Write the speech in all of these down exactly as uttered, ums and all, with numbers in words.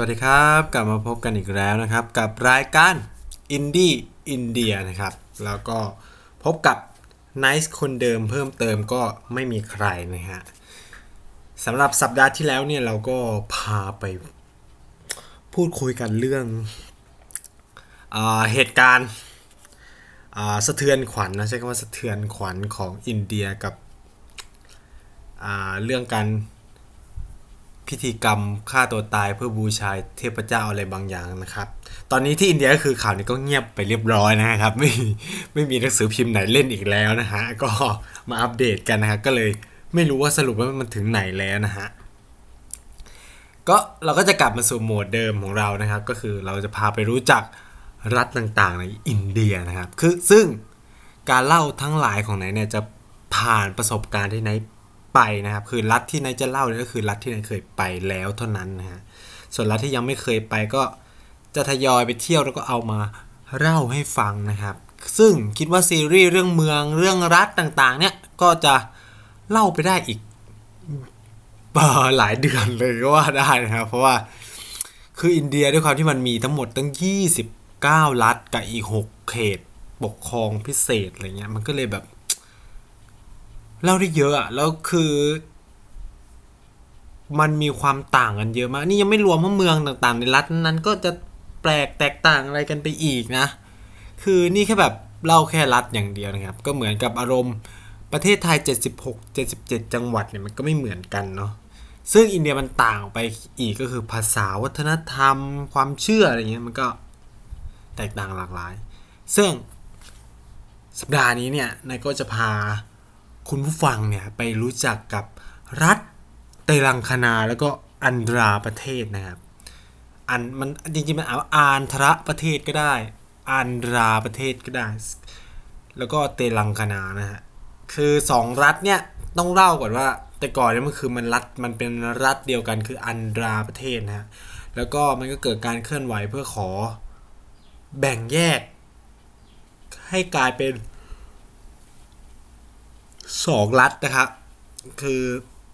วัสดีครับกลับมาพบกันอีกแล้วนะครับกับรายการอินดี้อินเดียนะครับแล้วก็พบกับไนซ์คนเดิมเพิ่มเติมก็ไม่มีใครนะฮะสำหรับสัปดาห์ที่แล้วเนี่ยเราก็พาไปพูดคุยกันเรื่องอ่าเหตุการณ์อ่าสะเทือนขวัญนะใช้คำว่าสะเทือนขวัญของอินเดียกับอ่าเรื่องการ พิธีกรรมฆ่าตัวตายเพื่อบูชาเทพเจ้าอะไรบางอย่างนะครับตอนนี้ที่อินเดียก็คือข่าวนี้ก็เงียบไปเรียบร้อยนะครับไม่ไม่มีหนังสือพิมพ์ไหนเล่นอีกแล้วนะฮะก็มาอัปเดตกันนะฮะก็เลยไม่รู้ว่าสรุปว่ามันถึงไหนแล้วนะฮะก็เราก็จะกลับมาสู่โหมดเดิมของเรานะครับก็คือเราจะพาไปรู้จักรัฐต่างๆในอินเดียนะครับคือซึ่งการเล่าทั้งหลายของไหนเนี่ยจะผ่านประสบการณ์ที่ไหนไปนะครับคือรัฐที่นายจะเล่าเนี่ยก็คือรัฐที่นายเคยไปแล้วเท่านั้นนะฮะส่วนรัฐที่ยังไม่เคยไปก็จะทยอยไปเที่ยวแล้วก็เอามาเล่าให้ฟังนะครับซึ่งคิดว่าซีรีส์เรื่องเมืองเรื่องรัฐต่างๆเนี่ยก็จะเล่าไปได้อีกหลายเดือนเลยก็ว่าได้นะครับเพราะว่าคืออินเดียด้วยความที่มันมีทั้งหมดตั้งยี่สิบเก้ารัฐกับอีกหกเขตปกครองพิเศษอะไรเงี้ยมันก็เลยแบบเล่าได้เยอะอะแล้วคือมันมีความต่างกันเยอะมากนี่ยังไม่รวมว่าเมืองต่างๆในรัฐนั้นก็จะแปลกแตกต่างอะไรกันไปอีกนะคือนี่แค่แบบเล่าแค่รัฐอย่างเดียวนะครับก็เหมือนกับอารมณ์ประเทศไทยเจ็ดสิบหก เจ็ดสิบเจ็ดจังหวัดเนี่ยมันก็ไม่เหมือนกันเนาะซึ่งอินเดียมันต่างไปอีกก็คือภาษาวัฒนธรรมความเชื่ออะไรเงี้ยมันก็แตกต่างหลากหลายซึ่งสัปดาห์นี้เนี่ยนายก็จะพาคุณผู้ฟังเนี่ยไปรู้จักกับรัฐเตลังคานาแล้วก็อันดราประเทศนะครับอันมันจริงๆมันอ่านอันทรประเทศก็ได้อันดราประเทศก็ได้แล้วก็เตลังคานานะฮะคือสองรัฐเนี่ยต้องเล่าก่อนว่าแต่ก่อนเนี่ยมันคือมันรัฐมันเป็นรัฐเดียวกันคืออันดราประเทศนะฮะแล้วก็มันก็เกิดการเคลื่อนไหวเพื่อขอแบ่งแยกให้กลายเป็นสองรัฐนะครับคือ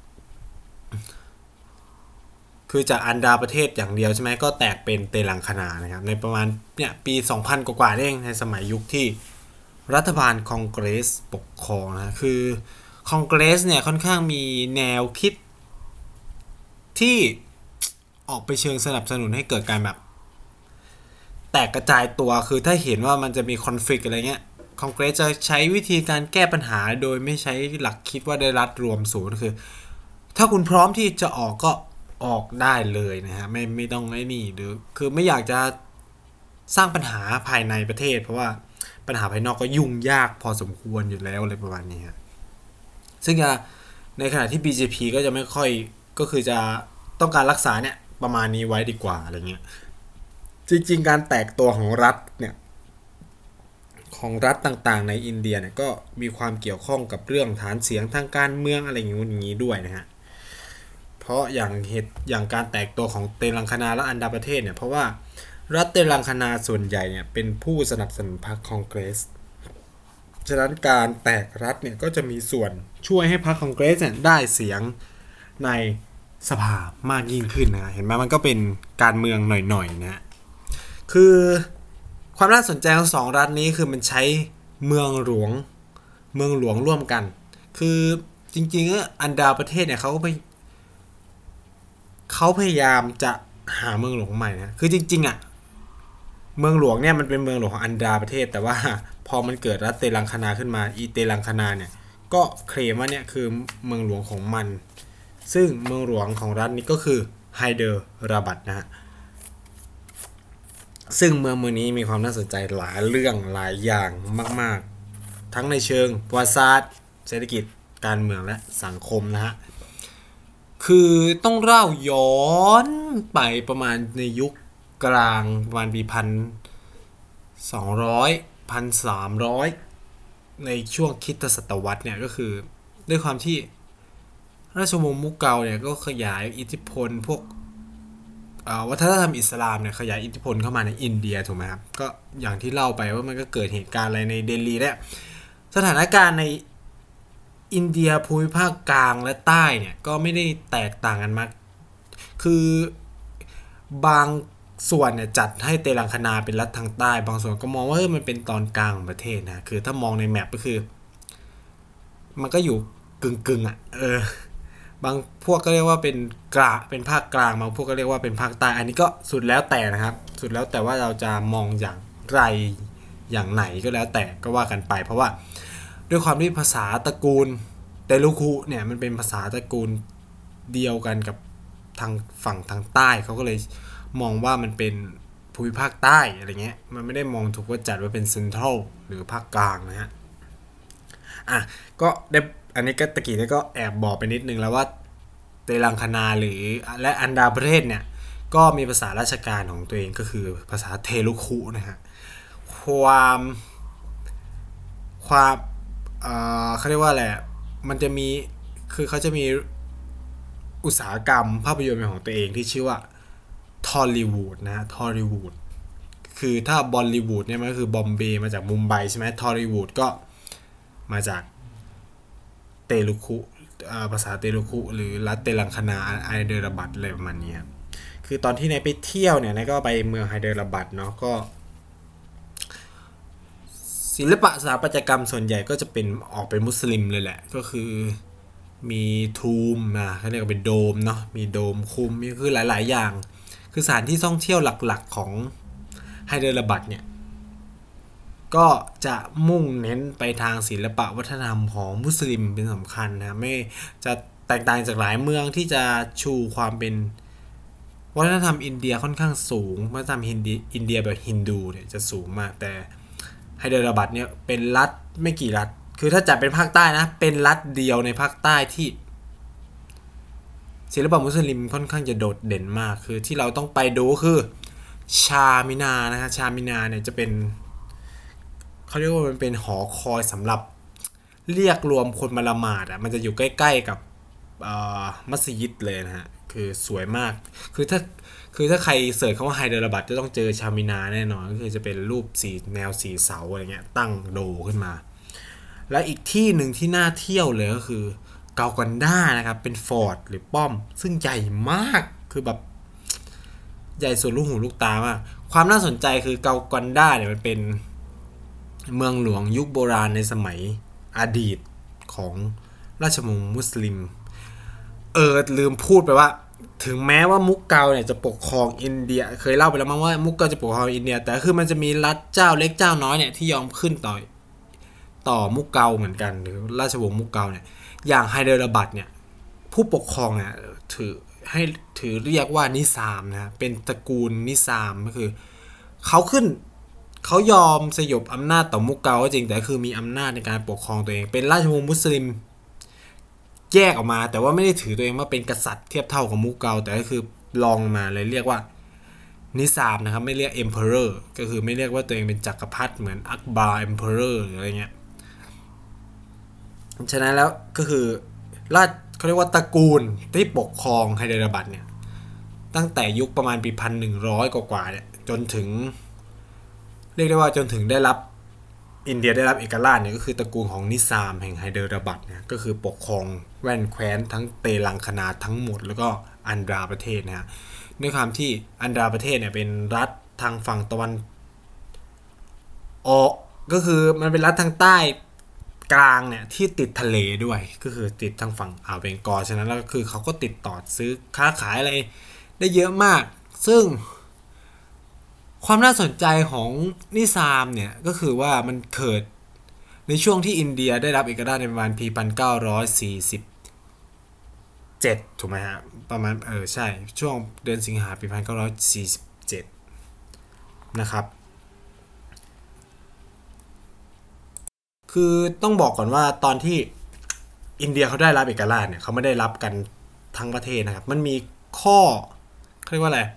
คือจากอันดาประเทศอย่างเดียวใช่ไหมก็แตกเป็นเตลังคานานะครับในประมาณเนี่ยปีสองพันกว่าๆเองในสมัยยุคที่รัฐบาลคองเกรสปกครองนะคือคองเกรสเนี่ยค่อนข้างมีแนวคิดที่ออกไปเชิงสนับสนุนให้เกิดการแบบแตกกระจายตัวคือถ้าเห็นว่ามันจะมีคอนฟ lict อะไรเงี้ยคองเกรสจะใช้วิธีการแก้ปัญหาโดยไม่ใช้หลักคิดว่าได้รัฐรวมศูนย์คือถ้าคุณพร้อมที่จะออกก็ออกได้เลยนะฮะไม่ไม่ต้องไอ้นี่หรือคือไม่อยากจะสร้างปัญหาภายในประเทศเพราะว่าปัญหาภายนอกก็ยุ่งยากพอสมควรอยู่แล้วอะไรประมาณนี้ซึ่งในขณะที่ บี เจ พี ก็จะไม่ค่อยก็คือจะต้องการรักษาเนี่ยประมาณนี้ไว้ดีกว่าอะไรเงี้ยจริงๆการแตกตัวของรัฐเนี่ยของรัฐต่างๆในอินเดียเนี่ยก็มีความเกี่ยวข้องกับเรื่องฐานเสียงทางการเมืองอะไรอย่างนี้ด้วยนะฮะเพราะอย่างเหตุอย่างการแตกตัวของเตลังคานาและอันดาประเทศเนี่ยเพราะว่ารัฐเตลังคานาส่วนใหญ่เนี่ยเป็นผู้สนับสนุนพรรคคองเกรสฉะนั้นการแตกรัฐเนี่ยก็จะมีส่วนช่วยให้พรรคคองเกรสเนี่ยได้เสียงในสภามากยิ่งขึ้นนะเห็นไหมมันก็เป็นการเมืองหน่อยๆนะคือความน่าสนใจของสองรัฐนี้คือมันใช้เมืองหลวงเมืองหลวงร่วมกันคือจริงๆอันดาประเทศเนี่ยเขาก็ไปเขาพยายามจะหาเมืองหลวงใหม่นะคือจริงๆอ่ะเมืองหลวงเนี่ยมันเป็นเมืองหลวงของอันดาประเทศแต่ว่าพอมันเกิดรัฐเตลังคานาขึ้นมาอีเตลังคานาเนี่ยก็เคลมว่าเนี่ยคือเมืองหลวงของมันซึ่งเมืองหลวงของรัฐนี้ก็คือไฮเดอราบัดนะฮะซึ่งเมืองเมืองนี้มีความน่าสนใจหลายเรื่องหลายอย่างมากๆทั้งในเชิงประวัติศาสตร์เศรษฐกิจการเมืองและสังคมนะฮะคือต้องเล่าย้อนไปประมาณในยุคกลางประมาณปีพันสองร้อยพันสามร้อยในช่วงคริสตศตวรรษเนี่ยก็คือด้วยความที่ราชวงศ์มุกเกาเนี่ยก็ขยายอิทธิพลพวกวัฒนธรรมอิสลามเนี่ยขยายอิทธิพลเข้ามาในอินเดียถูกไหมครับก็อย่างที่เล่าไปว่ามันก็เกิดเหตุการณ์อะไรในเดลีเนี่ยสถานการณ์ในอินเดียภูมิภาคกลางและใต้เนี่ยก็ไม่ได้แตกต่างกันมากคือบางส่วนเนี่ยจัดให้เตลังคานาเป็นรัฐทางใต้บางส่วนก็มองว่าเออมันเป็นตอนกลางของประเทศนะคือถ้ามองในแมปก็คือมันก็อยู่กึ่งกึ่งอ่ะเออบางพวกก็เรียกว่าเป็นกลางเป็นภาคกลางบางพวกก็เรียกว่าเป็นภาคใต้อันนี้ก็สุดแล้วแต่นะครับสุดแล้วแต่ว่าเราจะมองอย่างไรอย่างไหนก็แล้วแต่ก็ว่ากันไปเพราะว่าด้วยความที่ภาษาตระกูลเตลูคุเนี่ยมันเป็นภาษาตระกูลเดียวกันกับทางฝั่งทางใต้เขาก็เลยมองว่ามันเป็นภูมิภาคใต้อะไรเงี้ยมันไม่ได้มองถูกว่าจัดว่าเป็นเซ็นทรัลหรือภาคกลางนะฮะอ่ะก็ได้อันนี้ก็ตะกี้ก็แอบบอกไปนิดนึงแล้วว่าเตลังคานาหรือและอันดาประเทศเนี่ยก็มีภาษาราชการของตัวเองก็คือภาษาเทลุคุนะฮะความความเอ่อเขาเรียกว่าอะไรมันจะมีคือเขาจะมีอุตสาหกรรมภาพยนตร์ของตัวเองที่ชื่อว่าทอลลีวูดนะทอลลีวูดคือถ้าบอลลีวูดเนี่ยมันก็คือบอมเบย์มาจากมุมไบใช่ไหมทอลลีวูดก็มาจากเตลุคุภาษาเตลุคุหรือรัฐเตลังคานาไฮเดราบัดอะไรประมาณนี้คือตอนที่นายไปเที่ยวเนี่ยนายก็ไปเมืองไฮเดราบัดเนาะก็ศิลปะสถาปัตยกรรมส่วนใหญ่ก็จะเป็นออกเป็นมุสลิมเลยแหละก็คือมีทูมนะเขาเรียกว่าเป็นโดมเนาะมีโดมคุมมีคือหลายๆอย่างคือสถานที่ท่องเที่ยวหลักๆของไฮเดราบัดเนี่ยก็จะมุ่งเน้นไปทางศิลปะวัฒนธรรมของมุสลิมเป็นสำคัญนะไม่จะแตกต่างจากหลายเมืองที่จะชูความเป็นวัฒนธรรมอินเดียค่อนข้างสูงวัฒนธรรมอินเดียอินเดียแบบฮินดูเนี่ยจะสูงมากแต่ไฮเดราบัดเนี่ยเป็นรัฐไม่กี่รัฐคือถ้าจัดเป็นภาคใต้นะเป็นรัฐเดียวในภาคใต้ที่ศิลปะมุสลิมค่อนข้างจะโดดเด่นมากคือที่เราต้องไปดูคือชามินานะฮะชามินาเนี่ยจะเป็นเขาเรียกว่ามันเป็นหอคอยสำหรับเรียกรวมคนมาละหมาดอ่ะมันจะอยู่ใกล้ๆกับมัสยิดเลยนะฮะคือสวยมากคือถ้าคือถ้าใครเสิร์ชคำว่าไฮเดราบัดจะต้องเจอชามินาแน่นอนก็คือจะเป็นรูปสีแนวสีเสาอะไรเงี้ยตั้งโดขึ้นมาแล้วอีกที่หนึ่งที่น่าเที่ยวเลยก็คือเกากันด้านะครับเป็นฟอร์ตหรือป้อมซึ่งใหญ่มากคือแบบใหญ่สุดลูกหูลูกตามากความน่าสนใจคือเกากันด้าเนี่ยมันเป็นเมืองหลวงยุคโบราณในสมัยอดีตของราชวงศ์มุสลิมเออลืมพูดไปว่าถึงแม้ว่ามุกเกาเนี่ยจะปกครองอินเดียเคยเล่าไปแล้วมั้งว่ามุกเกาจะปกครองอินเดียแต่คือมันจะมีรัฐเจ้าเล็กเจ้าน้อยเนี่ยที่ยอมขึ้นต่อต่อมุกเกาเหมือนกันหรือราชวงศ์มุกเกาเนี่ยอย่างไฮเดราบัดเนี่ยผู้ปกครองเนี่ยถือให้ถือเรียกว่านิซามนะเป็นตระกูลนิซามก็คือเขาขึ้นเขายอมสยบอำนาจต่อมุกเกาก็จริงแต่คือมีอำนาจในการปกครองตัวเองเป็นราชวงศ์มุสลิมแยกออกมาแต่ว่าไม่ได้ถือตัวเองว่าเป็นกษัตริย์เทียบเท่ากับมุกเกาแต่ก็คือลองมาเลยเรียกว่านิซามนะครับไม่เรียก emperor ก็คือไม่เรียกว่าตัวเองเป็นจักรพรรดิเหมือนอักบาร์ emperor หรืออะไรเงี้ยฉะนั้นแล้วก็คือราชเขาเรียกว่าตระกูลที่ปกครองไฮเดราบัดเนี่ยตั้งแต่ยุคประมาณปีพันหนึ่งร้อยกว่าๆเนี่ยจนถึงเรียกได้ว่าจนถึงได้รับอินเดียได้รับเอกราชเนี่ยก็คือตระกูลของนิซามแห่งไฮเดราบัดเนี่ยก็คือปกครองแว่นแคว้นทั้งเตลังคานาทั้งหมดแล้วก็อันดราประเทศนะฮะด้วยความที่อันดราประเทศเนี่ยเป็นรัฐทางฝั่งตะวันออกก็คือมันเป็นรัฐทางใต้กลางเนี่ยที่ติดทะเลด้วยก็คือติดทางฝั่งอ่าวเบงกอลฉะนั้นแล้วก็คือเขาก็ติดต่อซื้อค้าขายอะไรได้เยอะมากซึ่งความน่าสนใจของนิซามเนี่ยก็คือว่ามันเกิดในช่วงที่อินเดียได้รับเอกราชในประมาณปีหนึ่งพันเก้าร้อยสี่สิบเจ็ดถูกไหมฮะประมาณเออใช่ช่วงเดือนสิงหาคมปีหนึ่งพันเก้าร้อยสี่สิบเจ็ดนะครับคือต้องบอกก่อนว่าตอนที่อินเดียเขาได้รับเอกราชเนี่ยเขาไม่ได้รับกันทั้งประเทศนะครับมันมีข้อเรียกว่าอะไร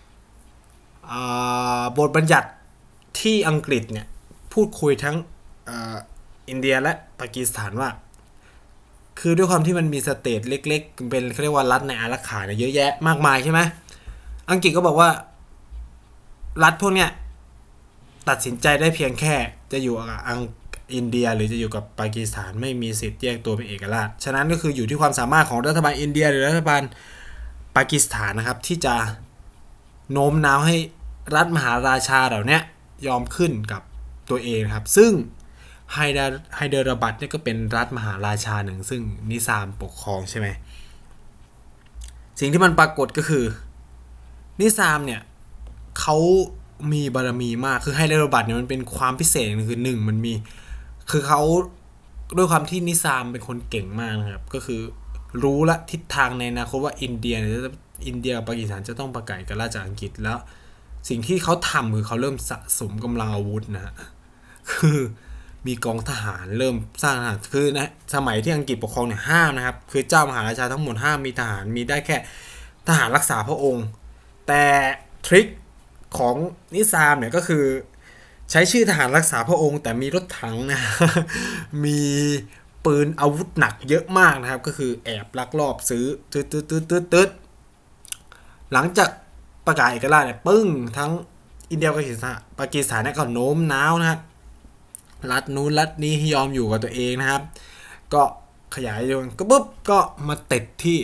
บทบัญญัติที่อังกฤษเนี่ยพูดคุยทั้งอินเดียและปากีสถานว่าคือด้วยความที่มันมีสเตทเล็กๆเป็นเขาเรียกว่ารัฐในอารักขาเนี่ยเยอะแยะมากมายใช่ไหมอังกฤษก็บอกว่ารัฐพวกเนี้ยตัดสินใจได้เพียงแค่จะอยู่กับอังอินเดียหรือจะอยู่กับปากีสถานไม่มีสิทธิ์แยกตัวเป็นเอกราชฉะนั้นก็คืออยู่ที่ความสามารถของรัฐบาลอินเดียหรือรัฐบาลปากีสถานนะครับที่จะโน้มน้าวให้รัฐมหาราชาเหล่านี้ยอมขึ้นกับตัวเองครับซึ่งไฮเดไฮเดรบัดเนี่ยก็เป็นรัฐมหาราชาหนึ่งซึ่งนิซามปกครองใช่ไหมสิ่งที่มันปรากฏก็คือนิซามเนี่ยเขามีบารมีมากคือไฮเดรบัดเนี่ยมันเป็นความพิเศษนึงคือหนึ่งมันมีคือเขาด้วยความที่นิซามเป็นคนเก่งมากนะครับก็คือรู้ละทิศทางในอนาคตว่าอินเดียเนี่ยอินเดียกับปากีสถานจะต้องประกาศกับราชจากอังกฤษแล้วสิ่งที่เขาทำคือเขาเริ่มสะสมกำลังอาวุธนะฮะคือมีกองทหารเริ่มสร้างทหารคือนะสมัยที่อังกฤษปกครองเนี่ยห้ามนะครับคือเจ้ามหาราชาทั้งหมดห้ามมีทหารมีได้แค่ทหารรักษาพระองค์แต่ทริคของนิซามเนี่ยก็คือใช้ชื่อทหารรักษาพระองค์แต่มีรถถังนะมีปืนอาวุธหนักเยอะมากนะครับก็คือแอบลักลอบซื้อตืดตืดตืดตืดตืดหลังจากประกาศเอกราชเนี่ยปึ้งทั้งอินเดียกับปากีสถานปากีสถานเนี่ยก็โน้มน้าวนะครับรัฐนู้นรัฐนี้ยอมอยู่กับตัวเองนะครับก็ขยายจนก็ปุ๊บก็มาติดที่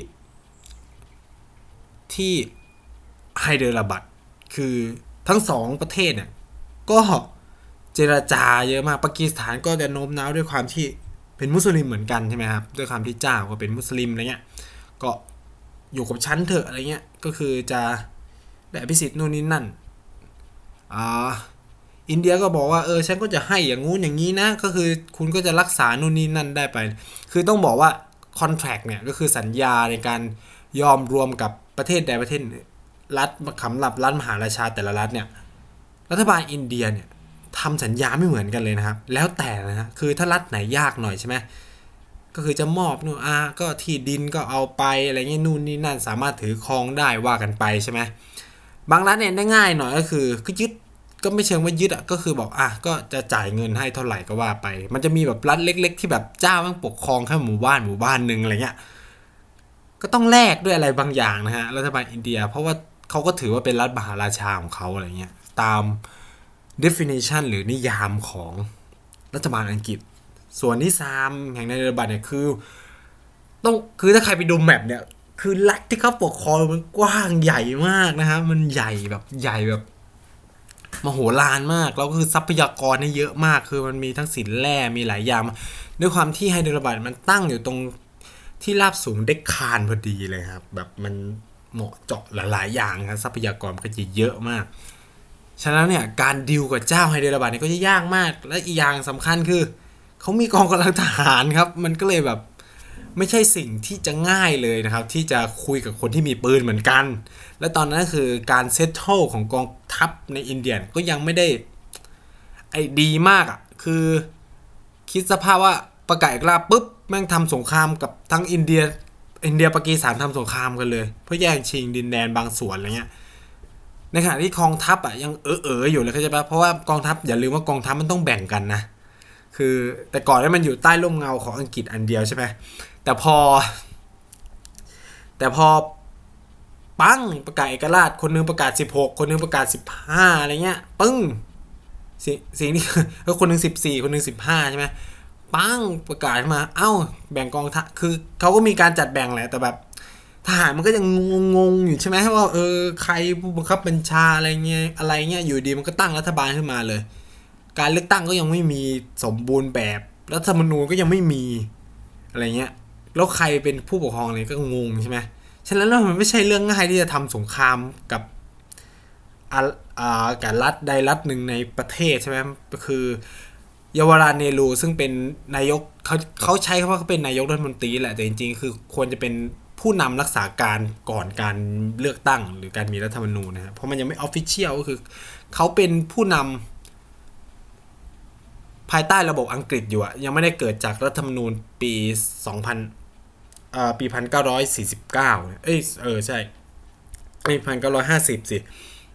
ที่ไฮเดรบัดคือทั้งสองประเทศเนี่ยก็เจรจาเยอะมากปากีสถานก็จะโน้มน้าวด้วยความที่เป็นมุสลิมเหมือนกันใช่ไหมครับด้วยความที่เจ้าก็เป็นมุสลิมอะไรเงี้ยก็อยู่กับฉันเถอะอะไรเงี้ยก็คือจะได้อภิสิทธิ์นู่นนี่นั่นอ่าอินเดียก็บอกว่าเออฉันก็จะให้อย่างงู้นอย่างนี้นะก็คือคุณก็จะรักษานู่นนี่นั่นได้ไปคือต้องบอกว่าคอนแทรคเนี่ยก็คือสัญญาในการยอมรวมกับประเทศใดประเทศรัฐสำหรับรัฐมหาราชาแต่ละรัฐเนี่ยรัฐบาลอินเดียเนี่ยทำสัญญาไม่เหมือนกันเลยนะครับแล้วแต่นะฮะคือถ้ารัฐไหนยากหน่อยใช่ไหมก็คือจะมอบนู่นอ่าก็ที่ดินก็เอาไปอะไรเงี้ยนู่นนี่นั่นสามารถถือครองได้ว่ากันไปใช่ไหมบางรัฐเนี่ยได้ง่ายหน่อยก็คือก็ยึดก็ไม่เชิงว่ายึดอ่ะก็คือบอกอ่ะก็จะจ่ายเงินให้เท่าไหร่ก็ว่าไปมันจะมีแบบรัฐเล็กๆที่แบบเจ้ามันปกครองแค่หมู่บ้านหมู่บ้านนึงอะไรเงี้ยก็ต้องแลกด้วยอะไรบางอย่างนะฮะรัฐบาลอินเดียเพราะว่าเขาก็ถือว่าเป็นรัฐมหาราชาของเขาอะไรเงี้ยตาม definition หรือนิยามของรัฐบาลอังกฤษส่วนที่สามแห่งในระบาดเนี่ยคือต้องคือถ้าใครไปดูแมปเนี่ยคือรัฐที่เขาปกครองมันกว้างใหญ่มากนะครับมันใหญ่แบบใหญ่แบบมโหฬารมากแล้วก็คือทรัพยากรเนี่ยเยอะมากคือมันมีทั้งสินแร่มีหลายอย่างด้วยความที่ไฮเดรบัดมันตั้งอยู่ตรงที่ราบสูงเด็กคานพอดีเลยครับแบบมันเหมาะเจาะหลายๆอย่างครับทรัพยากรก็จะเยอะมากฉะนั้นเนี่ยการดิวกับเจ้าไฮเดรบัดเนี่ยก็จะยากมากและอีกอย่างสำคัญคือเขามีกองกำลังทหารครับมันก็เลยแบบไม่ใช่สิ่งที่จะง่ายเลยนะครับที่จะคุยกับคนที่มีปืนเหมือนกันและตอนนั้นคือการเซตเทิลของกองทัพในอินเดียก็ยังไม่ได้ไอ้ดีมากอ่ะคือคิดสภาพว่าประกาศเอกราชปุ๊บแม่งทำสงครามกับทั้งอินเดียอินเดียปากีสถานทำสงครามกันเลยเพื่อแย่งชิงดินแดนบางส่วนอะไรเงี้ยในขณะที่กองทัพอ่ะยังเออเอออยู่เลยเข้าใจปะเพราะว่ากองทัพอย่าลืมว่ากองทัพมันต้องแบ่งกันนะคือแต่ก่อนนั้นมันอยู่ใต้ร่มเงาของอังกฤษอันเดียวใช่ไหมแต่พอแต่พอปังประกาศเอกราชคนนึงประกาศสิบหกคนนึงประกาศสิบห้าอะไรเงี้ยปึ้งสิ่งสิ่งที่ก็คนนึงสิบสี่คนนึงสิบห้าใช่ไหมปังประกาศมาเอ้าแบ่งกองทัพคือเขาก็มีการจัดแบ่งแหละแต่แบบทหารมันก็ยังงงๆอยู่ใช่ไหมว่าเออใครผู้บังคับบัญชาอะไรเงี้ยอะไรเงี้ยอยู่ดีมันก็ตั้งรัฐบาลขึ้นมาเลยการเลือกตั้งก็ยังไม่มีสมบูรณ์แบบรัฐธรรมนูญก็ยังไม่มีอะไรเงี้ยแล้วใครเป็นผู้ปกครองอะไรก็งงใช่ไหมฉะนั้นแล้วมันไม่ใช่เรื่องง่ายที่จะทำสงครามกับอ่ากับรัฐใดรัฐหนึ่งในประเทศใช่ไหมก็คือเยาวราชเนรูซึ่งเป็นนายกเขาเขาใช้คำว่าเขาเป็นนายกรัฐมนตรีแหละแต่จริงๆคือควรจะเป็นผู้นำรักษาการก่อนการเลือกตั้งหรือการมีรัฐธรรมนูญนะครับเพราะมันยังไม่ออฟฟิเชียลก็คือเขาเป็นผู้นำภายใต้ระบบอังกฤษอยู่อะยังไม่ได้เกิดจากรัฐธรรมนูญปีสองพันเอ่อปีหนึ่งพันเก้าร้อยสี่สิบเก้าเอ้ยเออใช่ปีหนึ่งพันเก้าร้อยห้าสิบสิ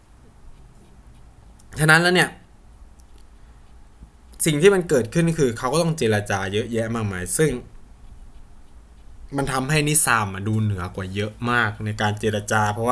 ฉะนั้นแล้วเนี่ยสิ่งที่มันเกิดขึ้นคือเขาก็ต้องเจรจาเยอะแยะมากมายซึ่งมันทำให้นิซามดูเหนือกว่าเยอะมากในการเจรจาเพราะว่า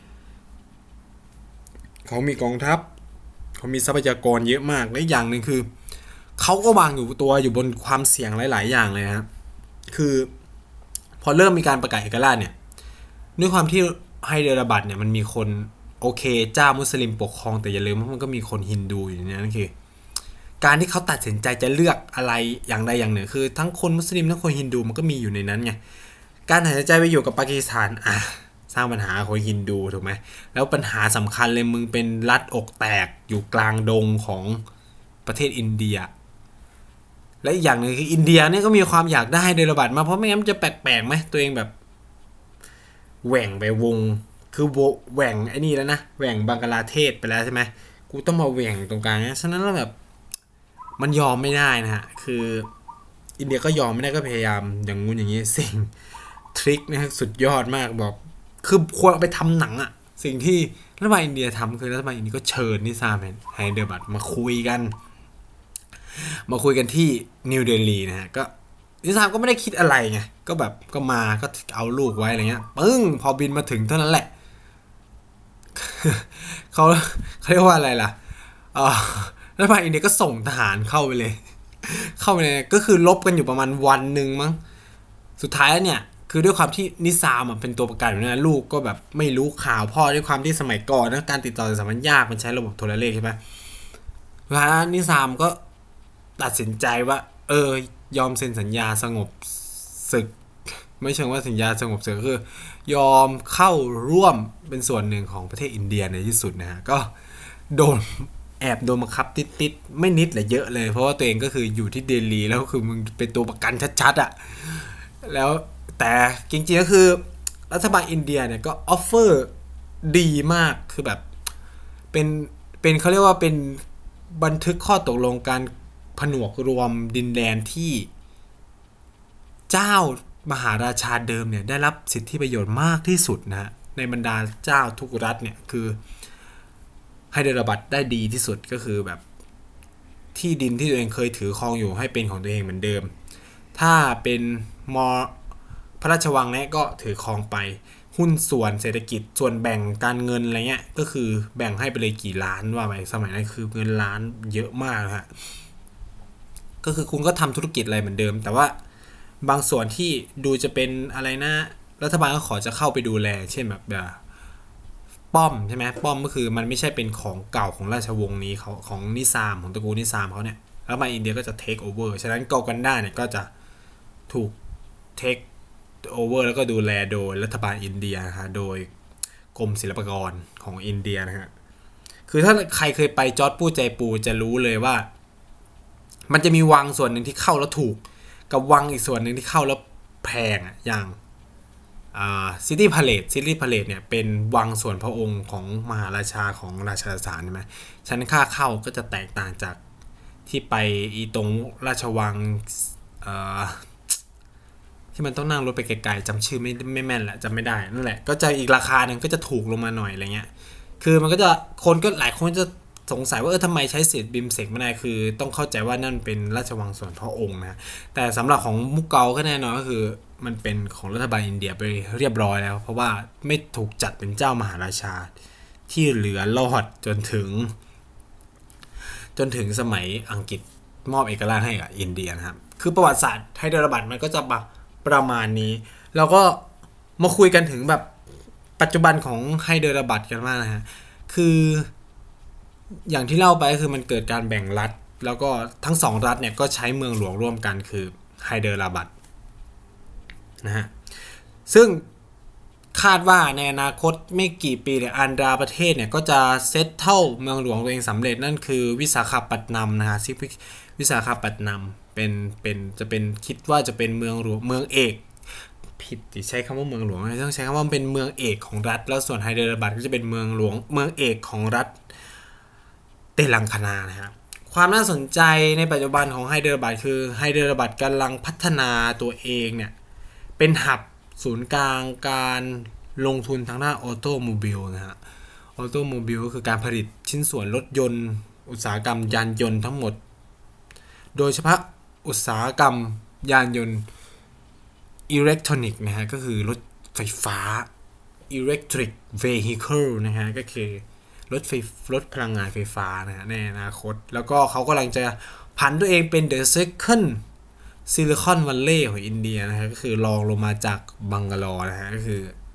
เขามีกองทัพเขามีทรัพยากรเยอะมากและอย่างหนึ่งคือเขาก็วางอยู่ตัวอยู่บนความเสี่ยงหลายๆอย่างเลยครับคือพอเริ่มมีการประกาศเอกราชเนี่ยด้วยความที่ไฮเดรบัดเนี่ยมันมีคนโอเคเจ้ามุสลิมปกครองแต่อย่าลืมว่ามันก็มีคนฮินดูอยู่ในนั้นคือการที่เขาตัดสินใจจะเลือกอะไรอย่างใดอย่างหนึ่งคือทั้งคนมุสลิมทั้งคนฮินดูมันก็มีอยู่ในนั้นไงการตัดสินใจไปอยู่กับปากีสถานอ่ะสร้างปัญหาคนฮินดูถูกไหมแล้วปัญหาสำคัญเลยมึงเป็นรัฐอกแตกอยู่กลางดงของประเทศอินเดียและอีกอย่างหนึ่งคืออินเดียเนี่ยก็มีความอยากได้ในระบาดมาเพราะไม่งั้นมันจะแปลกๆไหมตัวเองแบบแหว่งไปวงคือแหว่งไอ้นี่แล้วนะแหว่งบังกลาเทศไปแล้วใช่ไหมกูต้องมาแหว่งตรงกลางนะฉะนั้นแล้วแบบมันยอมไม่ได้นะฮะคืออินเดียก็ยอมไม่ได้ก็พยายามอย่างงู้นอย่างนี้สิ่งทริคนะฮะสุดยอดมากบอกคือควรเอาไปทำหนังอะสิ่งที่รัฐบาลอินเดียทำคือรัฐบาลอินเดียก็เชิญนิซามไฮเดอร์บัตมาคุยกันมาคุยกันที่นิวเดลีนะฮะก็นิซามก็ไม่ได้คิดอะไรไงก็แบบก็มาก็เอาลูกไว้อะไรเงี้ยปึ้งพอบินมาถึงเท่านั้นแหละเขาเขาเรียกว่าอะไรล่ะอ่ารัฐบาลอินเดียก็ส่งทหารเข้าไปเลยเข้าไปเลยก็คือลบกันอยู่ประมาณวันหนึ่งมั้งสุดท้ายเนี่ยคือด้วยความที่นิซามเป็นตัวประกันอยู่นะลูกก็แบบไม่รู้ข่าวพ่อด้วยความที่สมัยก่อนนะการติดต่อสื่อสารมันยากมันใช้ระบบโทรเลขใช่ไหมสุดท้ายนิซามก็ตัดสินใจว่าเออยอมเซ็นสัญญาสงบศึกไม่เชิงว่าสัญญาสงบศึกคือยอมเข้าร่วมเป็นส่วนหนึ่งของประเทศอินเดียในที่สุดนะฮะก็โดนแอบโดนบังคับติดๆไม่นิดแต่เยอะเลยเพราะว่าตัวเองก็คืออยู่ที่เดลีแล้วคือมึงเป็นตัวประกันชัดๆอ่ะแล้วแต่จริงๆก็คือรัฐบาลอินเดียเนี่ยก็ออฟเฟอร์ดีมากคือแบบเป็นเป็นเขาเรียกว่าเป็นบันทึกข้อตกลงการผนวกรวมดินแดนที่เจ้ามหาราชาเดิมเนี่ยได้รับสิทธิประโยชน์มากที่สุดนะฮะในบรรดาเจ้าทุกรัฐเนี่ยคือไฮเดรบัดได้ดีที่สุดก็คือแบบที่ดินที่ตัวเองเคยถือครองอยู่ให้เป็นของตัวเองเหมือนเดิมถ้าเป็นมอพระราชวังเนี่ยก็ถือครองไปหุ้นส่วนเศรษฐกิจส่วนแบ่งการเงินอะไรเงี้ยก็คือแบ่งให้ไปเลยกี่ล้านว่าไปสมัยนั้นคือเงินล้านเยอะมากฮะก็คือคุณก็ทำธุรกิจอะไรเหมือนเดิมแต่ว่าบางส่วนที่ดูจะเป็นอะไรนะรัฐบาลก็ขอจะเข้าไปดูแลเช่นแบบแบบป้อมใช่ไหมป้อมก็คือมันไม่ใช่เป็นของเก่าของราชวงศ์นี้เขาของนิซามของตระกูลนิซามเขาเนี่ยแล้วมาอินเดียก็จะเทคโอเวอร์ฉะนั้นกอกันด้าเนี่ยก็จะถูกเทคโอเวอร์แล้วก็ดูแลโดยรัฐบาลอินเดียนะฮะโดยกรมศิลปากรของอินเดียนะฮะคือถ้าใครเคยไปจอร์จปูใจปูจะรู้เลยว่ามันจะมีวังส่วนหนึ่งที่เข้าแล้วถูกกับวังอีกส่วนหนึ่งที่เข้าแล้วแพงอ่ะอย่างซิตี้พาเลทซิตี้พาเลทเนี่ยเป็นวังส่วนพระองค์ของมหาราชาของราชาสารใช่ไหมชั้นค่าเข้าก็จะแตกต่างจากที่ไปอีตรงราชวังที่มันต้องนั่งรถไปไกลๆจำชื่อไม่ไม่แม่นแหละจำไม่ได้นั่นแหละก็จะอีกราคาหนึ่งก็จะถูกลงมาหน่อยอะไรเงี้ยคือมันก็จะคนก็หลายคนจะสงสัยว่าเออทำไมใช้สิทธิ์บิมเสกไม่ได้คือต้องเข้าใจว่านั่นเป็นราชวังส่วนพระองค์นะแต่สำหรับของมุกเกาก็แน่นอนก็คือมันเป็นของรัฐบาลอินเดียไปเรียบร้อยแล้วเพราะว่าไม่ถูกจัดเป็นเจ้ามหาราชาที่เหลือรอดจนถึงจนถึงสมัยอังกฤษมอบเอกราชให้กับอินเดียนะครับคือประวัติศาสตร์ไฮเดรบัดมันก็จะแบบประมาณนี้แล้วก็มาคุยกันถึงแบบปัจจุบันของไฮเดรบัดกันมากนะฮะคืออย่างที่เล่าไปก็คือมันเกิดการแบ่งรัฐแล้วก็ทั้งสองรัฐเนี่ยก็ใช้เมืองหลวงร่วมกันคือไฮเดราบัดนะฮะซึ่งคาดว่าในอนาคตไม่กี่ปีเนี่ยอันดาประเทศเนี่ยก็จะเซตเท่าเมืองหลวงตัวเองสำเร็จนั่นคือวิสาขปัตนัมนะฮะซิวิสาขปัตนัมเป็นเป็นจะเป็นคิดว่าจะเป็นเมืองหลวงเมืองเอกผิดใช้คำว่าเมืองหลวงต้องใช้คำว่าเป็นเมืองเอกของรัฐแล้วส่วนไฮเดราบัดก็จะเป็นเมืองหลวงเมืองเอกของรัฐเตลังกานานะครับความน่าสนใจในปัจจุบันของไฮเดราบัดคือไฮเดราบัดกำลังพัฒนาตัวเองเนี่ยเป็นหับศูนย์กลางการลงทุนทางด้านออโตโมบิลนะฮะออโตโมบิลก็คือการผลิตชิ้นส่วนรถยนต์อุตสาหกรรมยานยนต์ทั้งหมดโดยเฉพาะอุตสาหกรรมยานยนต์อิเล็กทรอนิกส์นะฮะก็คือรถไฟฟ้า electric vehicle นะฮะก็คือรถไฟรถพลังงานไฟฟ้านะฮะในอนาคตแล้วก็เขากำลังจะผันตัวเองเป็น the second Silicon Valley ของอินเดียนะฮะก็คือรองลงมาจากบังกาลอนะฮะก็คือ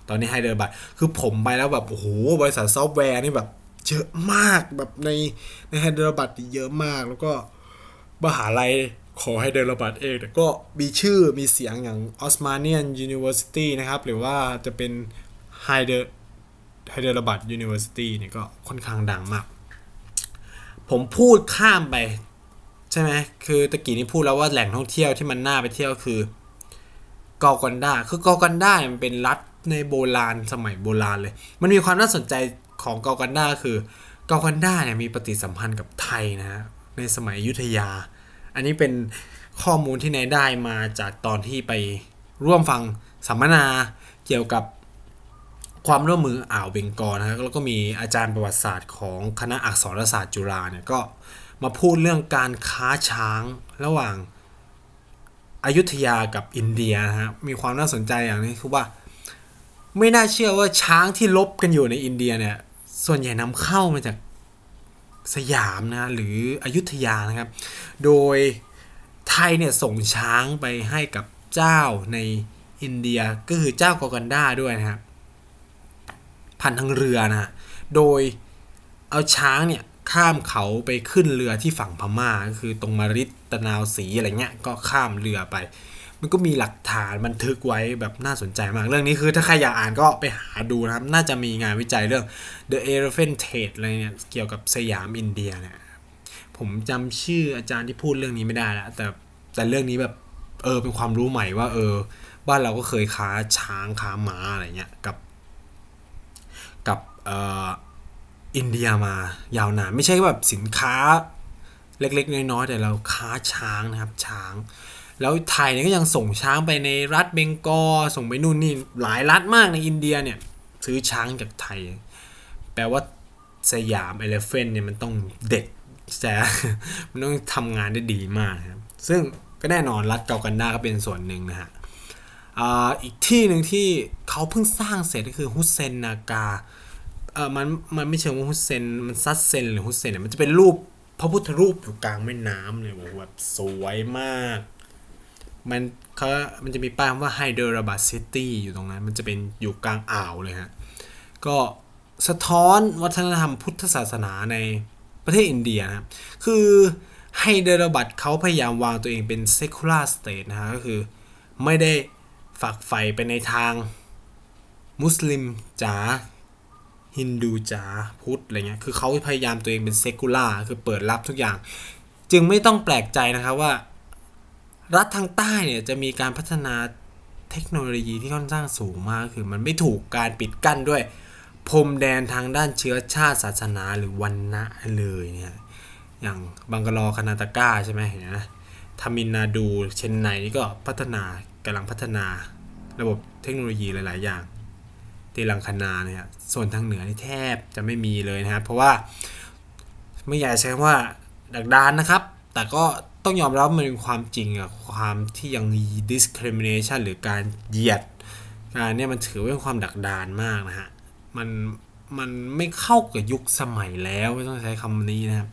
ตอนนี้ไฮเดรบัดคือผมไปแล้วแบบโอ้โหบริษัทซอฟต์แวร์นี่แบบเยอะมากแบบในในไฮเดรบัดเยอะมากแล้วก็มหาลัยของไฮเดรบัดเองก็มีชื่อมีเสียงอย่าง Osmanian University นะครับหรือว่าจะเป็นไฮเดรไฮเดรบัด University เนี่ยก็ค่อนข้างดังมากผมพูดข้ามไปใช่ไหมคือตะกี้นี้พูดแล้วว่าแหล่งท่องเที่ยวที่มันน่าไปเที่ยวคือกอลกันดาคือกอลกันดามันเป็นรัฐในโบราณสมัยโบราณเลยมันมีความน่าสนใจของกอลกันดาคือกอลกันดาเนี่ยมีปฏิสัมพันธ์กับไทยนะในสมัยอยุธยาอันนี้เป็นข้อมูลที่นายได้มาจากตอนที่ไปร่วมฟังสัมมนาเกี่ยวกับความร่วมมืออ่าวเบงกอลนะครับแล้วก็มีอาจารย์ประวัติศาสตร์ของคณะอักษรศาสตร์จุฬาเนี่ยก็มาพูดเรื่องการค้าช้างระหว่างอยุธยากับอินเดียนะฮะมีความน่าสนใจอย่างนี้คือว่าไม่น่าเชื่อว่าช้างที่ลบกันอยู่ในอินเดียเนี่ยส่วนใหญ่นำเข้ามาจากสยามนะหรืออยุธยานะครับโดยไทยเนี่ยส่งช้างไปให้กับเจ้าในอินเดียก็คือเจ้ากอกันดาด้วยนะครับผ่านทางเรือนะฮะโดยเอาช้างเนี่ยข้ามเขาไปขึ้นเรือที่ฝั่งพม่าก็คือตรงมาริตตะนาวศรีอะไรเงี้ยก็ข้ามเรือไปมันก็มีหลักฐานบันทึกไว้แบบน่าสนใจมากเรื่องนี้คือถ้าใครอยากอ่านก็ไปหาดูนะครับน่าจะมีงานวิจัยเรื่อง The Elephant Trade อะไรเนี่ยเกี่ยวกับสยามอินเดียเนี่ยผมจำชื่ออาจารย์ที่พูดเรื่องนี้ไม่ได้แล้วแต่แต่เรื่องนี้แบบเออเป็นความรู้ใหม่ว่าเออบ้านเราก็เคยค้าช้างค้าม้าอะไรเงี้ยกับกับเอ่ออินเดียมายาวนานไม่ใช่แบบสินค้าเล็กๆน้อยๆแต่เราค้าช้างนะครับช้างแล้วไทยเนี่ยก็ยังส่งช้างไปในรัฐเบงกอลส่งไปนู่นนี่หลายรัฐมากในอินเดียเนี่ยซื้อช้างจากไทยแปลว่าสยามเอเลฟเฟนต์เนี่ยมันต้องเด็ดแต่มันต้องทำงานได้ดีมากครับซึ่งก็แน่นอนรัฐเกากันดาก็เป็นส่วนหนึ่งนะฮะ อ, อีกที่หนึ่งที่เขาเพิ่งสร้างเสร็จก็คือฮุสเซนนากาเออมันมันไม่เชิงว่าฮุสเซนมันซัดเซนหรือฮุสเซนเนี่ยมันจะเป็นรูปพระพุทธรูปอยู่กลางแม่น้ำเลยแบบสวยมากมันเขามันจะมีป้ายว่าไฮเดราบัดซิตี้อยู่ตรงนั้นมันจะเป็นอยู่กลางอ่าวเลยฮะก็สะท้อนวัฒนธรรมพุทธศาสนาในประเทศอินเดียนะคือไฮเดราบัดเขาพยายามวางตัวเองเป็น secular state นะฮะก็คือไม่ได้ฝักใฝ่ไปในทางมุสลิมจ๋าฮินดูจ๋าพุทธอะไรเงี้ยคือเขาพยายามตัวเองเป็นเซกูล่าคือเปิดรับทุกอย่างจึงไม่ต้องแปลกใจนะครับว่ารัฐทางใต้เนี่ยจะมีการพัฒนาเทคโนโลยีที่ค่อนข้างสูงมากคือมันไม่ถูกการปิดกั้นด้วยพรมแดนทางด้านเชื้อชาติศาสนาหรือวรรณะเลยเนี่ยอย่างบังกาลอคานาตากาใช่ไหมเห็นไหมทามินนาดูเชนไนนี่ก็พัฒนากำลังพัฒนาระบบเทคโนโลยีหลายๆอย่างตีลังคนาเนี่ยส่วนทางเหนือนี่แทบจะไม่มีเลยนะครับเพราะว่าไม่อยากใช้ว่าดักดานนะครับแต่ก็ต้องยอมรับมันเป็นความจริงอะความที่ยังมี discrimination หรือการเหยียดการเนี่ยมันถือว่าเป็นความดักดานมากนะฮะมันมันไม่เข้ากับยุคสมัยแล้วไม่ต้องใช้คำนี้นะครับ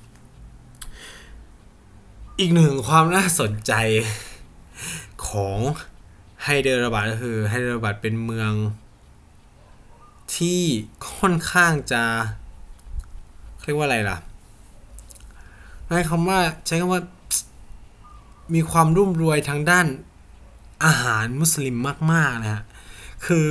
อีกหนึ่งความน่าสนใจของไฮเดราบัดก็คือไฮเดราบัดเป็นเมืองที่ค่อนข้างจะเรียกว่าอะไรล่ะใช้คำว่าใช้คำว่ามีความรุ่มรวยทางด้านอาหารมุสลิมมากๆนะฮะคือ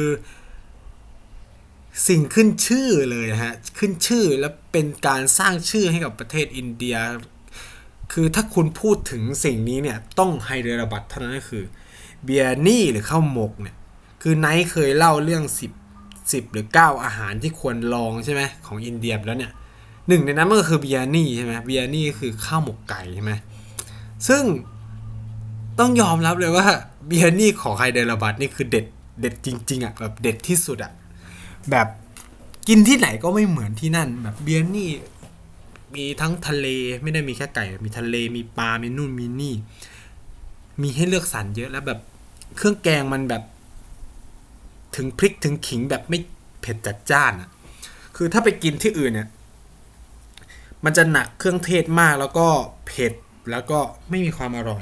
สิ่งขึ้นชื่อเลยนะฮะขึ้นชื่อและเป็นการสร้างชื่อให้กับประเทศอินเดียคือถ้าคุณพูดถึงสิ่งนี้เนี่ยต้องไฮเดราบัดเท่านั้นก็คือเบียร์นี่หรือข้าวหมกเนี่ยคือไนท์เคยเล่าเรื่องสิบ สิบหรือเก้าอาหารที่ควรลองใช่ไหมของอินเดียแล้วเนี่ยหนึ่งในนั้นมันก็คือเบียร์นี่ใช่ไหมเบียร์นี่คือข้าวหมกไก่ใช่ไหมซึ่งต้องยอมรับเลยว่าเบียร์นี่ของไฮเดราบัดนี่คือเด็ดเด็ดจริงๆอ่ะแบบเด็ดที่สุดอ่ะแบบกินที่ไหนก็ไม่เหมือนที่นั่นแบบเบียร์นี่มีทั้งทะเลไม่ได้มีแค่ไก่มีทะเลมีปลามีนู่นมีนี่มีให้เลือกสรรเยอะแล้วแบบเครื่องแกงมันแบบถึงพริกถึงขิงแบบไม่เผ็ดจัดจ้านอ่ะคือถ้าไปกินที่อื่นเนี่ยมันจะหนักเครื่องเทศมากแล้วก็เผ็ดแล้วก็ไม่มีความอร่อย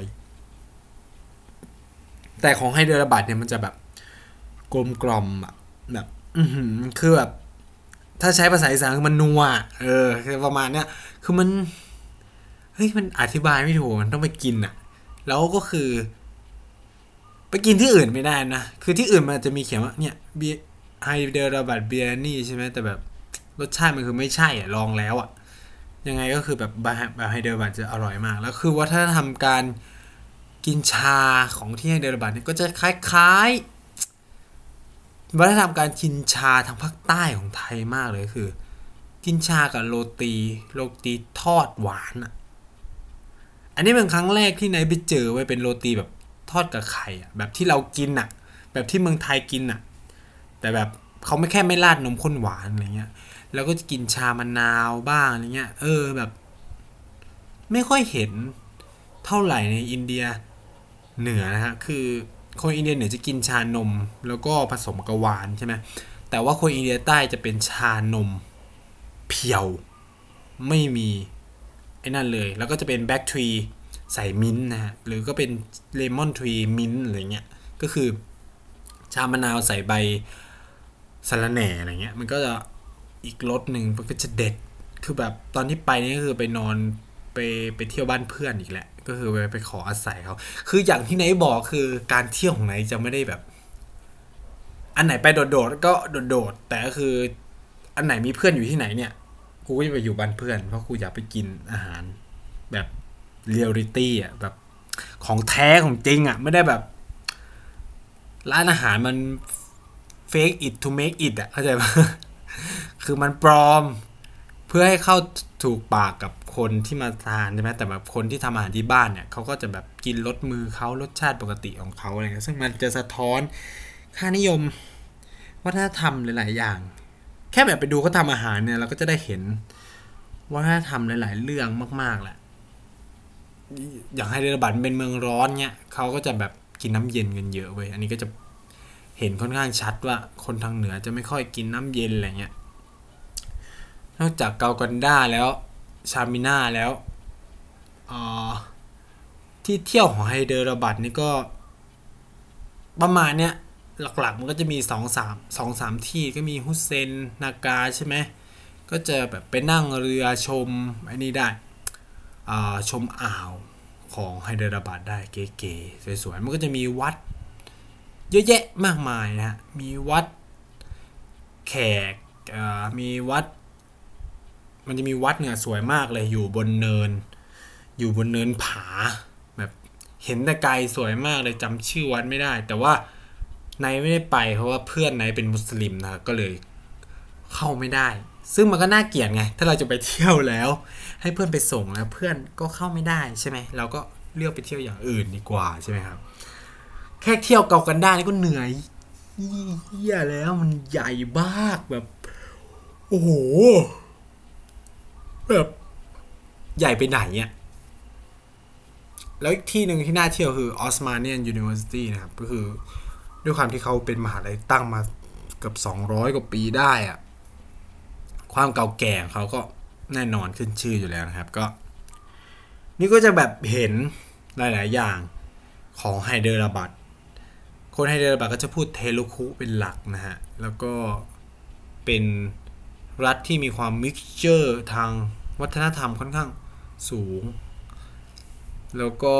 แต่ของไฮเดราบัดเนี่ยมันจะแบบกลมกล่อมอ่ะแบบอือหือคือแบบถ้าใช้ภาษาอีสานคือมันนัวเออคือประมาณเนี้ยคือมันเฮ้ยมันอธิบายไม่ถูกมันต้องไปกินอ่ะแล้วก็คือไปกินที่อื่นไม่ได้นะคือที่อื่นมันจะมีเขียนว่าเนี่ยเบียไฮเดรบัตเบียนี่ใช่ไหมแต่แบบรสชาติมันคือไม่ใช่อ่ะลองแล้วอ่ะยังไงก็คือแบบแบบไฮเดรบัตจะอร่อยมากแล้วคือวัฒนธรรมการกินชาของที่ไฮเดรบัตเนี่ยก็จะคล้ายๆวัฒนธรรมการกินชาทางภาคใต้ของไทยมากเลยคือกินชากับโรตีโรตีทอดหวานอ่ะ อันนี้เป็นครั้งแรกที่ไนท์ไปเจอไว้เป็นโรตีแบบทอดกับไข่อะแบบที่เรากินอะแบบที่เมืองไทยกินอะแต่แบบเขาไม่แค่ไม่ราดนมข้นหวานอะไรเงี้ยแล้วก็จะกินชามะนาวบ้างอะไรเงี้ยเออแบบไม่ค่อยเห็นเท่าไหร่ในอินเดียเหนือนะฮะคือคนอินเดียเหนือจะกินชานมแล้วก็ผสมกับหวานใช่ไหมแต่ว่าคนอินเดียใต้จะเป็นชานมเพียวไม่มีไอ้นั่นเลยแล้วก็จะเป็นแบล็กทรีใส่มิ้นท์นะฮะหรือก็เป็นเลมอนทรีมิ้นท์อะไรเงี้ยก็คือชามะนาวใส่ใบสะระแหน่อะไรเงี้ยมันก็จะอีกรสหนึ่งมันก็จะเด็ดคือแบบตอนที่ไปนี่ก็คือไปนอนไปไปเที่ยวบ้านเพื่อนอีกแหละก็คือไปไปขออาศัยเขาคืออย่างที่ไนท์บอกคือการเที่ยวของไนท์จะไม่ได้แบบอันไหนไปโดดๆก็โดดๆแต่ก็คืออันไหนมีเพื่อนอยู่ที่ไหนเนี่ยกูก็จะไปอยู่บ้านเพื่อนเพราะกูอยากไปกินอาหารแบบเรียลลิตี้อ่ะแบบของแท้ของจริงอ่ะไม่ได้แบบร้านอาหารมัน fake it to make it อ่ะเข้าใจปะคือมันปลอมเพื่อให้เข้าถูกปากกับคนที่มาทานใช่ไหมแต่แบบคนที่ทำอาหารที่บ้านเนี่ยเขาก็จะแบบกินรสมือเขารสชาติปกติของเขาอะไรเงี้ยซึ่งมันจะสะท้อนค่านิยมวัฒนธรรมหลายๆอย่างแค่แบบไปดูเขาทำอาหารเนี่ยเราก็จะได้เห็นวัฒนธรรมหลายๆเรื่องมากๆแหละอย่างไฮเดรบัดเป็นเมืองร้อนเนี่ยเขาก็จะแบบกินน้ำเย็นกันเยอะเว้ยอันนี้ก็จะเห็นค่อนข้างชัดว่าคนทางเหนือจะไม่ค่อยกินน้ำเย็นอะไรเงี้ยนอกจากเกากันดาแล้วชามิน่าแล้วที่เที่ยวของไฮเดรบัดนี่ก็ประมาณเนี้ยหลักๆมันก็จะมีสองสามสองสามที่ก็มีฮุสเซนนากาใช่ไหมก็จะแบบไปนั่งเรือชมไอ้นี่ได้ชมอ่าวของไฮเดรบัดได้เก๋ๆสวยๆมันก็จะมีวัดเยอะแยะมากมายนะฮะมีวัดแขกมีวัดมันจะมีวัดเนี่ยสวยมากเลยอยู่บนเนินอยู่บนเนินผาแบบเห็นแต่ไกลสวยมากเลยจำชื่อวัดไม่ได้แต่ว่าไนไม่ได้ไปเพราะว่าเพื่อนไนเป็นมุสลิมนะก็เลยเข้าไม่ได้ซึ่งมันก็น่าเกลียดไงถ้าเราจะไปเที่ยวแล้วให้เพื่อนไปส่งแล้วเพื่อนก็เข้าไม่ได้ใช่ไหมเราก็เลือกไปเที่ยวอย่างอื่นดีกว่าใช่ไหมครับแค่เที่ยวเกากันได้นี่ก็เหนื่อยเหี้ยแล้วมันใหญ่มากแบบโอ้โหแบบใหญ่ไปไหนอ่ะแล้วอีกที่หนึ่งที่น่าเที่ยวคือออสมาเนียนยูนิเวอร์ซิตี้นะครับก็คือด้วยความที่เขาเป็นมหาลัยตั้งมาเกือบสองร้อยกว่าปีได้อ่ะความเก่าแก่ของเขาก็แน่นอนขึ้นชื่ออยู่แล้วนะครับก็นี่ก็จะแบบเห็นหลายๆอย่างของไฮเดรบัดคนไฮเดรบัดก็จะพูดเทลุคุเป็นหลักนะฮะแล้วก็เป็นรัฐที่มีความมิกซ์เจอร์ทางวัฒนธรรมค่อนข้างสูงแล้วก็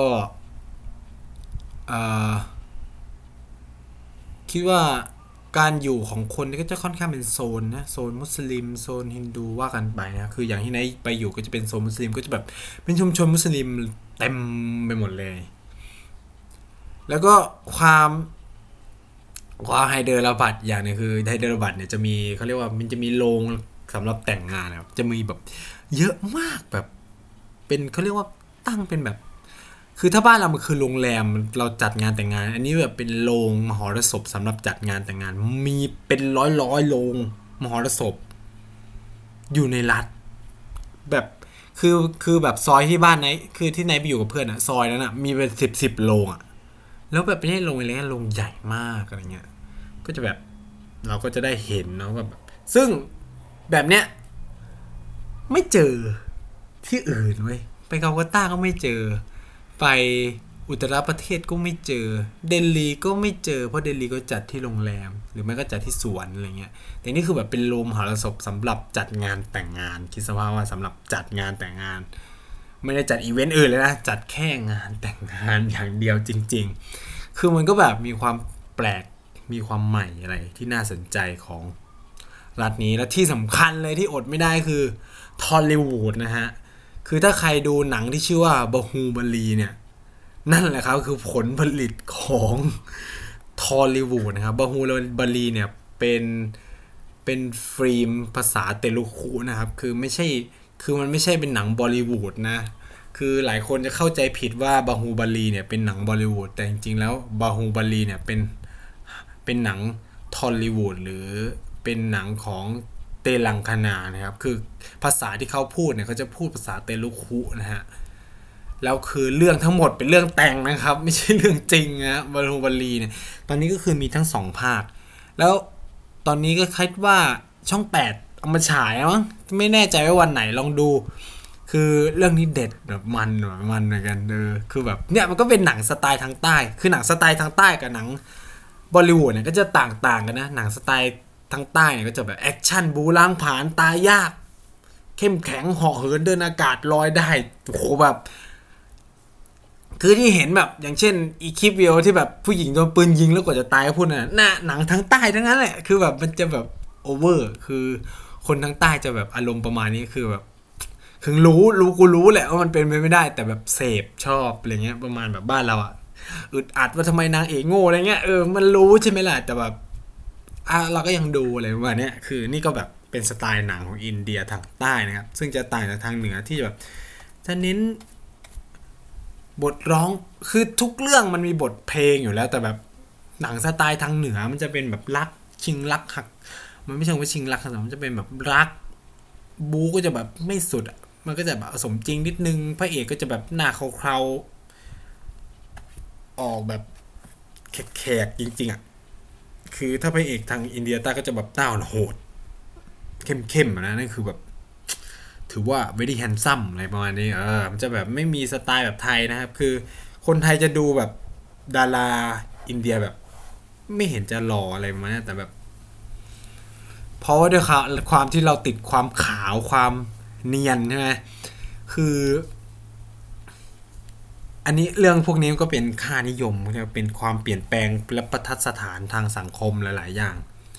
คิดว่าการอยู่ของคนก็จะค่อนข้างเป็นโซนนะโซนมุสลิมโซนฮินดูว่ากันไปนะคืออย่างที่ไหนไปอยู่ก็จะเป็นโซนมุสลิมก็จะแบบเป็นชุมชนมุสลิมเต็มไปหมดเลยแล้วก็ความความไฮเดรบัดอย่างนึงคือไฮเดรบัดเนี่ยจะมีเขาเรียกว่ามันจะมีโรงสำหรับแต่งงานนะครับจะมีแบบเยอะมากแบบเป็นเขาเรียกว่าตั้งเป็นแบบคือถ้าบ้านเรามันคือโรงแรมเราจัดงานแต่งงานอันนี้แบบเป็นโรงมหรสพสำหรับจัดงานแต่งงานมีเป็นร้อยร้อยโรงมหรสพอยู่ในรัฐแบบคือคือแบบซอยที่บ้านไหนคือที่ไหนไปอยู่กับเพื่อนอะซอยนั้นอะมีเป็นสิบสิบโรงอะแล้วแบบไม่ใช่โรงเล็กๆโรงใหญ่มากอะไรเงี้ยก็จะแบบเราก็จะได้เห็นเนาะแบบซึ่งแบบเนี้ยไม่เจอที่อื่นเว้ยไปเกาลกัตตาก็ไม่เจอไปอุตรประเทศก็ไม่เจอเดลีก็ไม่เจอเพราะเดลีก็จัดที่โรงแรมหรือไม่ก็จัดที่สวนอะไรเงี้ยแต่นี่คือแบบเป็นโรงมหรสพสำหรับจัดงานแต่งงานคิดซะว่าสำหรับจัดงานแต่งงานไม่ได้จัดอีเวนต์อื่นเลยนะจัดแค่งานแต่งงานอย่างเดียวจริงๆคือมันก็แบบมีความแปลกมีความใหม่อะไรที่น่าสนใจของรัฐนี้และที่สำคัญเลยที่อดไม่ได้คือทอลลีวูดนะฮะคือถ้าใครดูหนังที่ชื่อว่าบาฮูบาลีเนี่ยนั่นแหละครับคือผลผลิตของทอลลีวูดนะครับบาฮูบาลีเนี่ยเป็นเป็นฟิล์มภาษาเตลุกุนะครับคือไม่ใช่คือมันไม่ใช่เป็นหนังบอลิวูดนะคือหลายคนจะเข้าใจผิดว่าบาฮูบาลีเนี่ยเป็นหนังบอลิวูดแต่จริงๆแล้วบาฮูบาลีเนี่ยเป็นเป็นหนังทอลลีวูดหรือเป็นหนังของเตลังคนานะครับคือภาษาที่เขาพูดเนี่ยเขาจะพูดภาษาเตลุกุนะฮะแล้วคือเรื่องทั้งหมดเป็นเรื่องแต่งนะครับไม่ใช่เรื่องจริงนะบาฮูบาลีเนี่ยตอนนี้ก็คือมีทั้งสองภาคแล้วตอนนี้ก็คิดว่าช่องแปดเอามาฉายมั้งไม่แน่ใจว่าวันไหนลองดูคือเรื่องนี้เด็ดแบบมันแบบมันเหมือนกันเออคือแบบเนี่ยมันก็เป็นหนังสไตล์ทางใต้คือหนังสไตล์ทางใต้กับหนังบอลิวูดเนี่ยก็จะต่างๆกันนะหนังสไตล์ทางใต้เนี่ยก็จะแบบแอคชั่นบูล้างผลาญตายยากเข้มแข็งเหาะเหินเดินอากาศลอยได้โอ้โหแบบคือที่เห็นแบบอย่างเช่นอีคลิปวิดีโอที่แบบผู้หญิงโดนปืนยิงแล้วกว่าจะตายก็พูดน่ะหน้าหนังทั้งใต้ทั้งนั้นแหละคือแบบมันจะแบบโอเวอร์คือคนทั้งใต้จะแบบอารมณ์ประมาณนี้คือแบบคือรู้รู้กูรู้แหละว่ามันเป็นไปไม่ได้แต่แบบเสพชอบอะไรเงี้ยประมาณแบบบ้านเราอ่ะอึดอัดว่าทำไมนางเอกโง่อะไรเงี้ยเออมันรู้ใช่ไหมล่ะแต่แบบอ่ะเราก็ยังดูอะไรประมาณนี้คือนี่ก็แบบเป็นสไตล์หนังของอินเดียทางใต้นะครับซึ่งจะต่างจากทางเหนือที่แบบจะเน้นบทร้องคือทุกเรื่องมันมีบทเพลงอยู่แล้วแต่แบบหนังสไตล์ทางเหนือมันจะเป็นแบบรักชิงรักหักมันไม่ใช่ว่าชิงรักแต่มันจะเป็นแบบรักบูก็จะแบบไม่สุดมันก็จะแบบสมจริงนิดนึงพระเอกก็จะแบบหน้าเคราๆออกแบบแขกๆจริงๆอ่ะคือถ้าพระเอกทางอินเดียใต้ก็จะแบบหน้าโหดเข้มๆนะนั่นคือแบบถือว่า very handsome อะไรประมาณนี้เออมันจะแบบไม่มีสไตล์แบบไทยนะครับคือคนไทยจะดูแบบดาราอินเดียแบบไม่เห็นจะหล่ออะไรประมาณนี้แต่แบบเพราะว่าด้วยความที่เราติดความขาวความเนียนใช่ไหมคืออันนี้เรื่องพวกนี้ก็เป็นค่านิยมเป็นความเปลี่ยนแปลงและประทัดสถานทางสังคมหลายๆอย่าง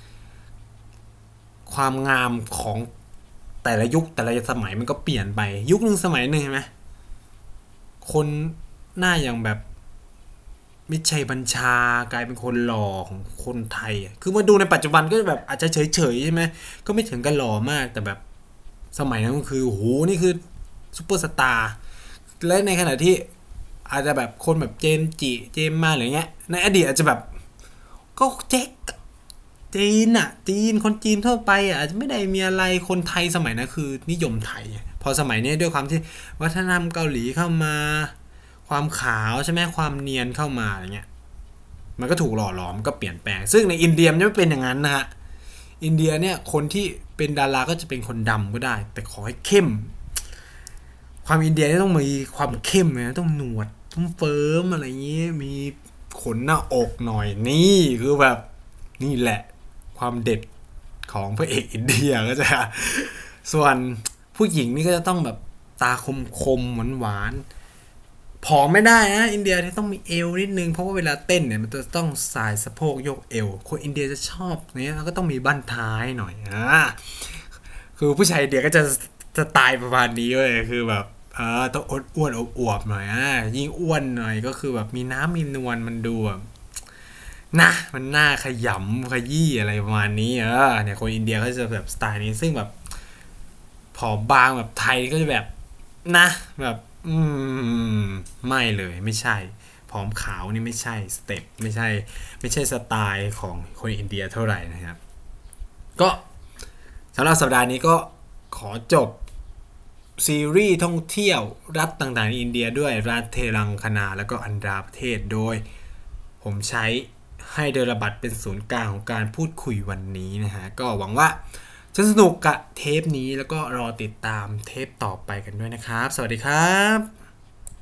ความงามของแต่ละยุคแต่ละสมัยมันก็เปลี่ยนไปยุคนึงสมัยนึงใช่ไหมคนหน้าอย่างแบบมิตรชัยบัญชากลายเป็นคนหล่อของคนไทยคือมาดูในปัจจุบันก็แบบอาจจะเฉยๆใช่ไหมก็ไม่ถึงกับหล่อมากแต่แบบสมัยนั้นก็คือโหนี่คือซุปเปอร์สตาร์และในขณะที่อาจจะแบบคนแบบเจนจิเจมมาอะไรเงี้ยในอดีตอาจจะแบบก็เจ๊กจีนอ่ะจีนคนจีนทั่วไปอ่ะอาจจะไม่ได้มีอะไรคนไทยสมัยนั้นคือนิยมไทยพอสมัยนี้ด้วยความที่วัฒนธรรมเกาหลีเข้ามาความขาวใช่ไหมความเนียนเข้ามาอะไรเงี้ยมันก็ถูกหล่อหลอมก็เปลี่ยนแปลงซึ่งในอินเดียมันไม่เป็นอย่างนั้นนะฮะอินเดียเนี่ยคนที่เป็นดาราก็จะเป็นคนดำก็ได้แต่ขอให้เข้มความอินเดียนี่ต้องมีความเข้มนะต้องหนวดต้องเฟิร์มอะไรเงี้ยมีขนหน้าอกหน่อยนี่คือแบบนี่แหละความเด็ดของพระเอกอินเดียก็จะส่วนผู้หญิงนี่ก็จะต้องแบบตาคมคมหวานหวานผอมไม่ได้นะอินเดียที่ต้องมีเอวนิดนึงเพราะว่าเวลาเต้นเนี่ยมันจะต้องสายสะโพกยกเอวคนอินเดียจะชอบเนี่ยแล้วก็ต้องมีบั้นท้ายหน่อยอ่าคือผู้ชายอินเดียก็จะสไตล์ประมาณนี้เลยคือแบบเออต้องอ้วนอวบๆหน่อยอ่ะยิ่งอ้วนหน่อยก็คือแบบมีน้ำมีนวลมันดูแบบนะมันน่าขยำขยี้อะไรประมาณนี้เออเนี่ยคนอินเดียเขาจะแบบสไตล์นี้ซึ่งแบบผอมบางแบบไทยก็จะแบบนะแบบอืมไม่เลยไม่ใช่ผอมขาวนี่ไม่ใช่สเต็ปไม่ใช่ไม่ใช่สไตล์ของคนอินเดียเท่าไหร่นะครับก็สำหรับสัปดาห์นี้ก็ขอจบซีรีส์ท่องเที่ยวรัฐต่างๆในอินเดียด้วยรัฐเทลังคนาแล้วก็อันดาประเทศโดยผมใช้ให้เดลบัตเป็นศูนย์กลางของการพูดคุยวันนี้นะฮะก็หวังว่าจะสนุกกับเทปนี้แล้วก็รอติดตามเทปต่อไปกันด้วยนะครับสวัสดีครับ